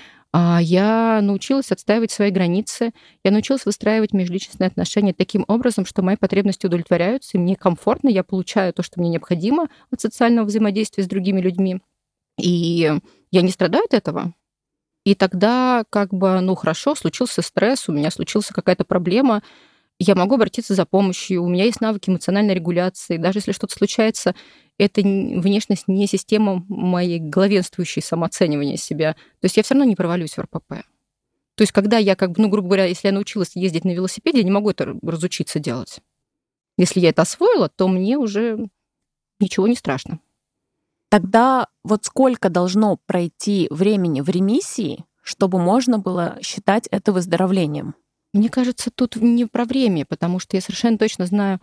А я научилась отстаивать свои границы, я научилась выстраивать межличностные отношения таким образом, что мои потребности удовлетворяются, и мне комфортно, я получаю то, что мне необходимо от социального взаимодействия с другими людьми. И я не страдаю от этого. И тогда как бы, ну хорошо, случился стресс, у меня случилась какая-то проблема, я могу обратиться за помощью, у меня есть навыки эмоциональной регуляции. Даже если что-то случается, это внешность не система моей главенствующей самооценивания себя. То есть я все равно не провалюсь в эр пэ пэ. То есть когда я, как бы, ну, грубо говоря, если я научилась ездить на велосипеде, я не могу это разучиться делать. Если я это освоила, то мне уже ничего не страшно. Тогда вот сколько должно пройти времени в ремиссии, чтобы можно было считать это выздоровлением? Мне кажется, тут не про время, потому что я совершенно точно знаю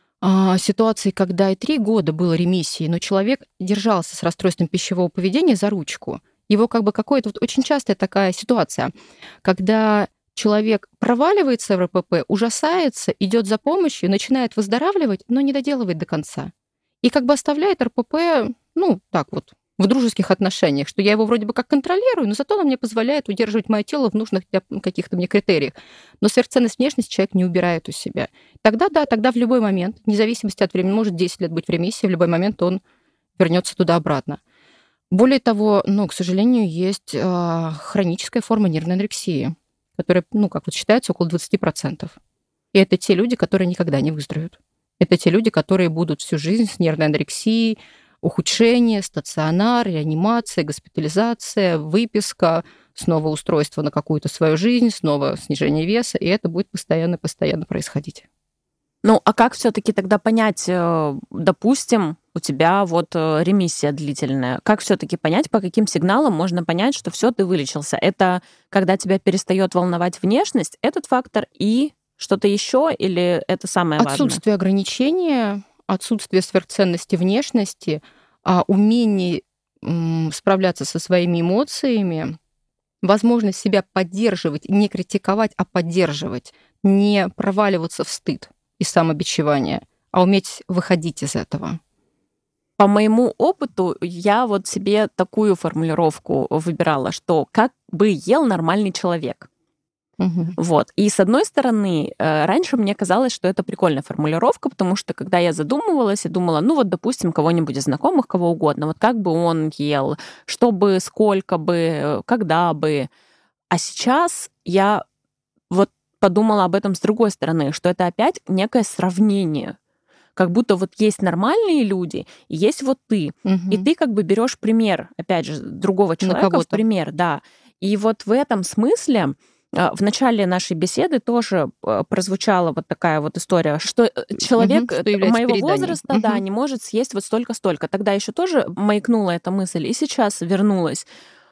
а, ситуации, когда и три года было ремиссии, но человек держался с расстройством пищевого поведения за ручку. Его как бы какое-то... Вот очень частая такая ситуация, когда человек проваливается в эр пэ пэ, ужасается, идет за помощью, начинает выздоравливать, но не доделывает до конца. И как бы оставляет эр пэ пэ, ну, так вот, в дружеских отношениях, что я его вроде бы как контролирую, но зато он мне позволяет удерживать мое тело в нужных для каких-то мне критериях. Но сверхценность внешности человек не убирает у себя. Тогда да, тогда в любой момент, вне зависимости от времени, может десять лет быть в ремиссии, в любой момент он вернется туда-обратно. Более того, ну, к сожалению, есть э, хроническая форма нервной анорексии, которая, ну, как вот считается, около двадцать процентов. И это те люди, которые никогда не выздоровеют. Это те люди, которые будут всю жизнь с нервной анорексией, ухудшение, стационар, реанимация, госпитализация, выписка, снова устройство на какую-то свою жизнь, снова снижение веса, и это будет постоянно-постоянно происходить. Ну, а как все-таки тогда понять, допустим, у тебя вот ремиссия длительная, как все-таки понять, по каким сигналам можно понять, что все, ты вылечился? Это когда тебя перестает волновать внешность, этот фактор, и что-то еще, или это самое важное? Отсутствие ограничения, отсутствие сверхценности внешности, а умение м, справляться со своими эмоциями, возможность себя поддерживать, не критиковать, а поддерживать, не проваливаться в стыд и самобичевание, а уметь выходить из этого. По моему опыту, я вот себе такую формулировку выбирала, что как бы ел нормальный человек. Угу. Вот. И с одной стороны, раньше мне казалось, что это прикольная формулировка, потому что когда я задумывалась и думала, ну вот, допустим, кого-нибудь из знакомых, кого угодно, вот как бы он ел, что бы, сколько бы, когда бы. А сейчас я вот подумала об этом с другой стороны, что это опять некое сравнение. Как будто вот есть нормальные люди, и есть вот ты. Угу. И ты как бы берешь пример, опять же, другого человека в пример, да. И вот в этом смысле в начале нашей беседы тоже прозвучала вот такая вот история, что человек угу, что моего переданием. возраста, угу. да, не может съесть вот столько-столько. Тогда еще тоже маякнула эта мысль, и сейчас вернулась,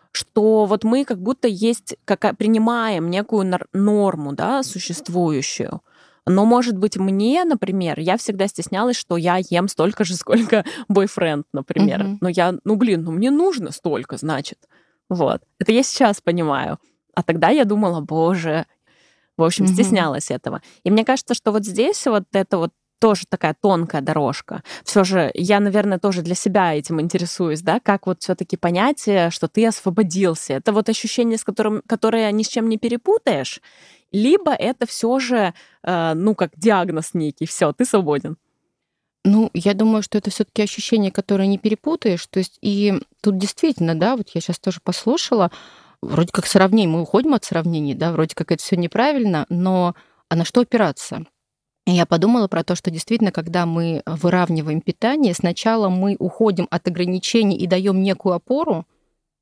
что вот мы как будто есть, как, принимаем некую норму, да, существующую. Но, может быть, мне, например, я всегда стеснялась, что я ем столько же, сколько бойфренд, например. Угу. Но я, ну, блин, ну мне нужно столько, значит. Вот. Это я сейчас понимаю. А тогда я думала, боже, в общем, Угу. стеснялась этого. И мне кажется, что вот здесь вот это вот тоже такая тонкая дорожка. Все же я, наверное, тоже для себя этим интересуюсь, да, как вот все-таки понять, что ты освободился. Это вот ощущение, с которым, которое ни с чем не перепутаешь, либо это все же, э, ну, как диагноз некий, все, ты свободен. Ну, я думаю, что это все-таки ощущение, которое не перепутаешь. То есть, и тут действительно, да, вот я сейчас тоже послушала, вроде как сравнение, мы уходим от сравнений, да, вроде как это все неправильно, но а на что опираться? И я подумала про то, что действительно, когда мы выравниваем питание, сначала мы уходим от ограничений и даем некую опору,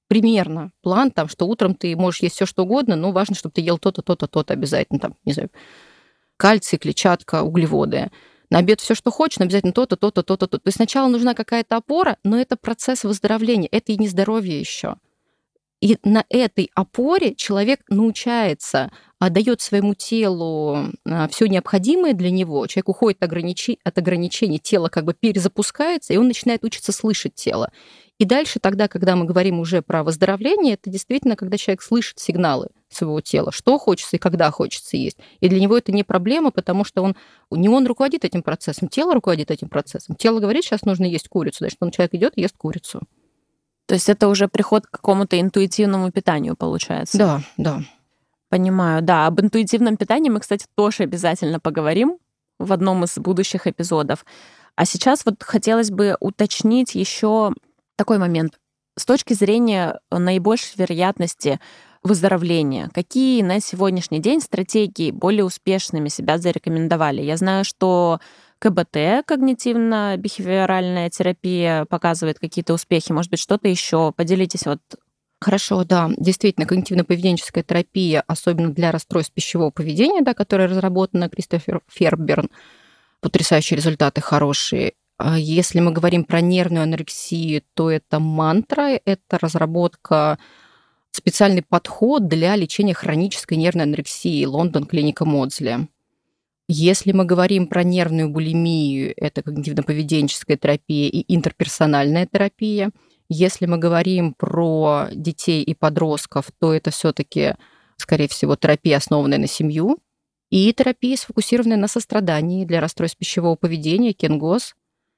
примерно план, там, что утром ты можешь есть все что угодно, но важно, чтобы ты ел то-то, то-то, то-то обязательно, там, не знаю, кальций, клетчатка, углеводы. На обед все, что хочешь, но обязательно то-то, то-то, то-то, то-то. То есть сначала нужна какая-то опора, но это процесс выздоровления, это и не здоровье еще. И на этой опоре человек научается, дает своему телу все необходимое для него, человек уходит от ограничений, от ограничений, тело как бы перезапускается, и он начинает учиться слышать тело. И дальше тогда, когда мы говорим уже про выздоровление, это действительно, когда человек слышит сигналы своего тела, что хочется и когда хочется есть. И для него это не проблема, потому что он, не он руководит этим процессом, тело руководит этим процессом. Тело говорит, сейчас нужно есть курицу, значит, он человек идет и ест курицу. То есть это уже приход к какому-то интуитивному питанию, получается? Да, да. Понимаю, да. Об интуитивном питании мы, кстати, тоже обязательно поговорим в одном из будущих эпизодов. А сейчас вот хотелось бы уточнить еще такой момент. С точки зрения наибольшей вероятности выздоровления, какие на сегодняшний день стратегии более успешными себя зарекомендовали? Я знаю, что КБТ, когнитивно-бихевиоральная терапия, показывает какие-то успехи. Может быть, что-то еще? Поделитесь вот. Хорошо, да. Действительно, когнитивно-поведенческая терапия, особенно для расстройств пищевого поведения, да, которая разработана Кристофер Ферберн, потрясающие результаты, хорошие. Если мы говорим про нервную анорексию, то это мантра, это разработка, специальный подход для лечения хронической нервной анорексии, Лондон, клиника Модсли. Если мы говорим про нервную булимию, это когнитивно-поведенческая терапия и интерперсональная терапия. Если мы говорим про детей и подростков, то это все-таки, скорее всего, терапия, основанная на семью, и терапия, сфокусированная на сострадании для расстройств пищевого поведения, Кенгос,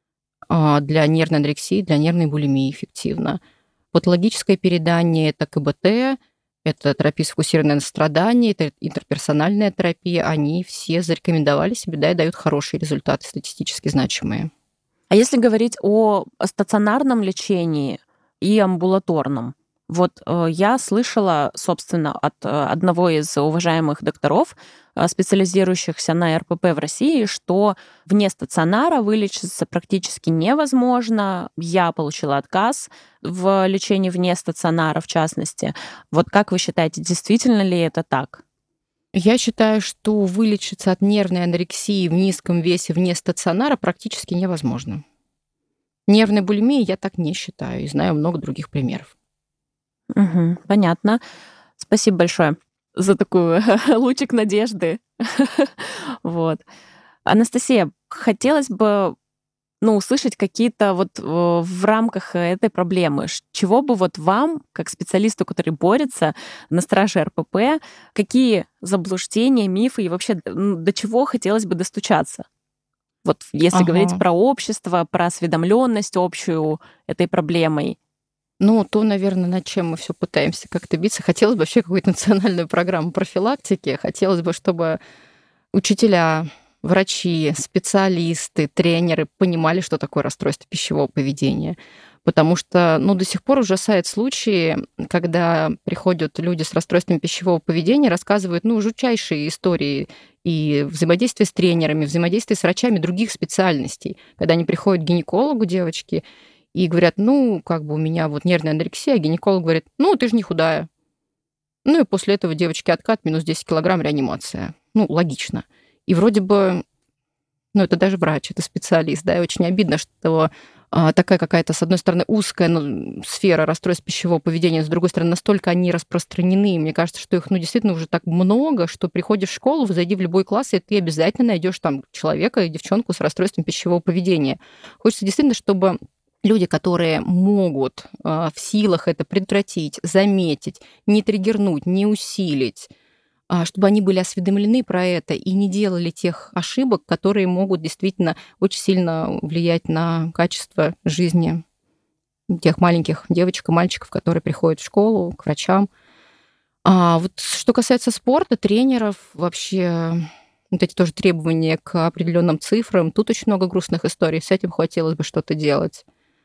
для нервной анорексии, для нервной булимии эффективно. Патологическое передание – это КБТ, это терапия, сфокусированная на сострадании, это интерперсональная терапия. Они все зарекомендовали себе, да, и дают хорошие результаты, статистически значимые. А если говорить о стационарном лечении и амбулаторном, вот э, я слышала, собственно, от э, одного из уважаемых докторов, э, специализирующихся на эр пэ пэ в России, что вне стационара вылечиться практически невозможно. Я получила отказ в лечении вне стационара, в частности. Вот как вы считаете, действительно ли это так? Я считаю, что вылечиться от нервной анорексии в низком весе вне стационара практически невозможно. Нервной булимии я так не считаю, и знаю много других примеров. Угу, понятно. Спасибо большое за такой лучик надежды. Вот. Анастасия, хотелось бы ну, услышать какие-то вот в рамках этой проблемы, чего бы вот вам, как специалисту, который борется на страже эр пэ пэ, какие заблуждения, мифы и вообще до чего хотелось бы достучаться? Вот если ага. говорить про общество, про осведомленность общую этой проблемой. Ну, то, наверное, над чем мы все пытаемся как-то биться. Хотелось бы вообще какую-то национальную программу профилактики. Хотелось бы, чтобы учителя, врачи, специалисты, тренеры понимали, что такое расстройство пищевого поведения. Потому что, ну, до сих пор ужасают случаи, когда приходят люди с расстройством пищевого поведения, рассказывают, ну, жутчайшие истории и взаимодействие с тренерами, взаимодействие с врачами других специальностей. Когда они приходят к гинекологу, девочки, и говорят, ну, как бы у меня вот нервная анорексия, а гинеколог говорит, ну, ты же не худая. Ну, и после этого девочки откат, минус десять килограмм, реанимация. Ну, логично. И вроде бы, ну, это даже врач, это специалист, да, и очень обидно, что а, такая какая-то, с одной стороны, узкая ну, сфера расстройств пищевого поведения, с другой стороны, настолько они распространены. Мне кажется, что их, ну, действительно уже так много, что приходишь в школу, зайди в любой класс, и ты обязательно найдешь там человека и девчонку с расстройством пищевого поведения. Хочется действительно, чтобы люди, которые могут в силах это предотвратить, заметить, не триггернуть, не усилить, чтобы они были осведомлены про это и не делали тех ошибок, которые могут действительно очень сильно влиять на качество жизни тех маленьких девочек и мальчиков, которые приходят в школу, к врачам. А вот что касается спорта, тренеров, вообще вот эти тоже требования к определенным цифрам, тут очень много грустных историй, с этим хотелось бы что-то делать.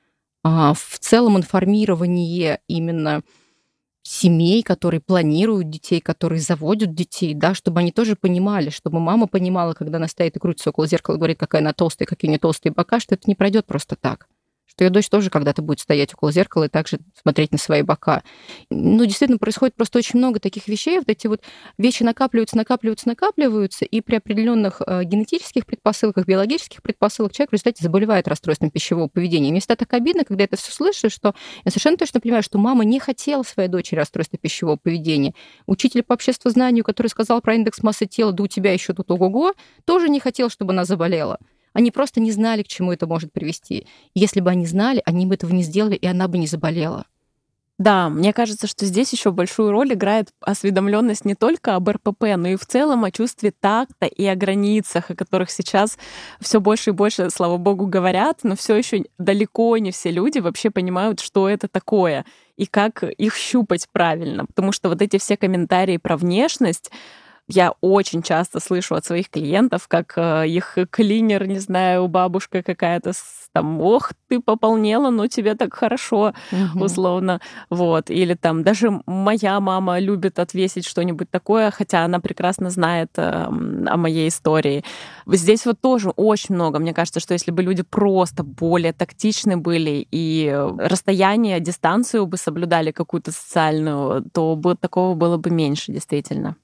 В целом информирование именно семей, которые планируют детей, которые заводят детей, да, чтобы они тоже понимали, чтобы мама понимала, когда она стоит и крутится около зеркала, говорит, какая она толстая, какие у нее толстые бока, что это не пройдет просто так. что ее дочь тоже когда-то будет стоять около зеркала и также смотреть на свои бока. Ну, действительно, происходит просто очень много таких вещей. Вот эти вот вещи накапливаются, накапливаются, накапливаются, и при определенных э, генетических предпосылках, биологических предпосылках человек в результате заболевает расстройством пищевого поведения. И мне всегда так обидно, когда это все слышишь, что я совершенно точно понимаю, что мама не хотела своей дочери расстройства пищевого поведения. Учитель по обществознанию, который сказал про индекс массы тела, да у тебя еще тут ого-го, тоже не хотел, чтобы она заболела. Они просто не знали, к чему это может привести. Если бы они знали, они бы этого не сделали, и она бы не заболела. Да, мне кажется, что здесь еще большую роль играет осведомленность не только об эр пэ пэ, но и в целом о чувстве такта и о границах, о которых сейчас все больше и больше, слава богу, говорят, но все еще далеко не все люди вообще понимают, что это такое и как их щупать правильно. Потому что вот эти все комментарии про внешность я очень часто слышу от своих клиентов, как э, их клинер, не знаю, бабушка какая-то там, ох, ты пополнела, но тебе так хорошо, угу. условно. Вот. Или там даже моя мама любит отвесить что-нибудь такое, хотя она прекрасно знает э, о моей истории. Здесь вот тоже очень много. Мне кажется, что если бы люди просто более тактичны были и расстояние, дистанцию бы соблюдали какую-то социальную, то бы, такого было бы меньше, действительно.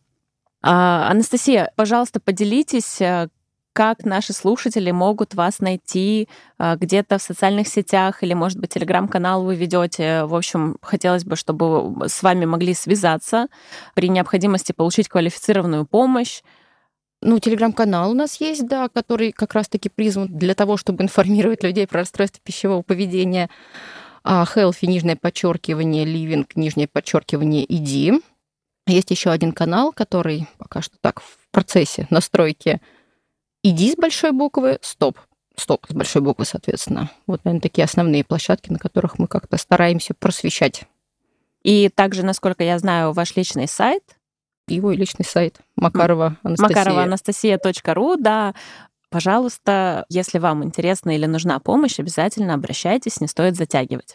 Анастасия, пожалуйста, поделитесь, как наши слушатели могут вас найти где-то в социальных сетях или, может быть, телеграм-канал вы ведете. В общем, хотелось бы, чтобы с вами могли связаться при необходимости получить квалифицированную помощь. Ну, телеграм-канал у нас есть, да, который как раз-таки призван для того, чтобы информировать людей про расстройство пищевого поведения. Healthy, нижнее подчеркивание, Living, нижнее подчеркивание, иди. Есть еще один канал, который пока что так в процессе настройки. Иди с большой буквы, стоп. Стоп с большой буквы, соответственно. Вот, наверное, такие основные площадки, на которых мы как-то стараемся просвещать. И также, насколько я знаю, ваш личный сайт. Его личный сайт Макарова Анастасия. макарова анастасия точка ру, да. Пожалуйста, если вам интересна или нужна помощь, обязательно обращайтесь, не стоит затягивать.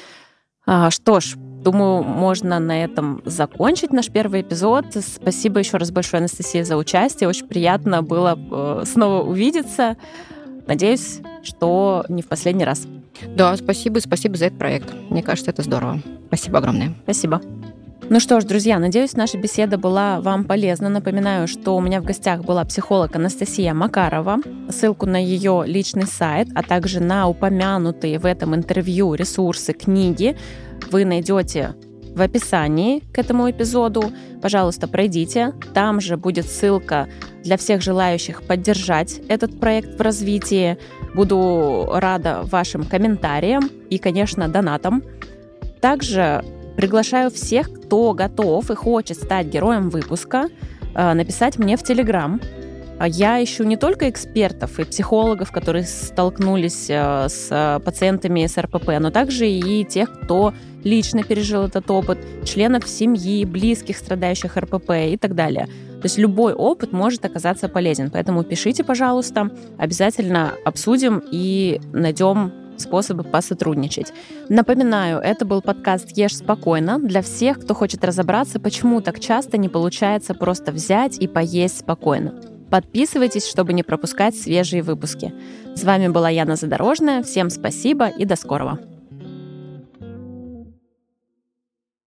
Что ж, думаю, можно на этом закончить наш первый эпизод. Спасибо еще раз большое, Анастасия, за участие. Очень приятно было снова увидеться. Надеюсь, что не в последний раз. Да, спасибо, спасибо за этот проект. Мне кажется, это здорово. Спасибо огромное. Спасибо. Ну что ж, друзья, надеюсь, наша беседа была вам полезна. Напоминаю, что у меня в гостях была психолог Анастасия Макарова. Ссылку на ее личный сайт, а также на упомянутые в этом интервью ресурсы, книги вы найдете в описании к этому эпизоду. Пожалуйста, пройдите. Там же будет ссылка для всех желающих поддержать этот проект в развитии. Буду рада вашим комментариям и, конечно, донатам. Также приглашаю всех, кто готов и хочет стать героем выпуска, написать мне в Телеграм. Я ищу не только экспертов и психологов, которые столкнулись с пациентами с эр пэ пэ, но также и тех, кто лично пережил этот опыт, членов семьи, близких, страдающих эр пэ пэ и так далее. То есть любой опыт может оказаться полезен. Поэтому пишите, пожалуйста, обязательно обсудим и найдем способы посотрудничать. Напоминаю, это был подкаст «Ешь спокойно» для всех, кто хочет разобраться, почему так часто не получается просто взять и поесть спокойно. Подписывайтесь, чтобы не пропускать свежие выпуски. С вами была Яна Задорожная. Всем спасибо и до скорого.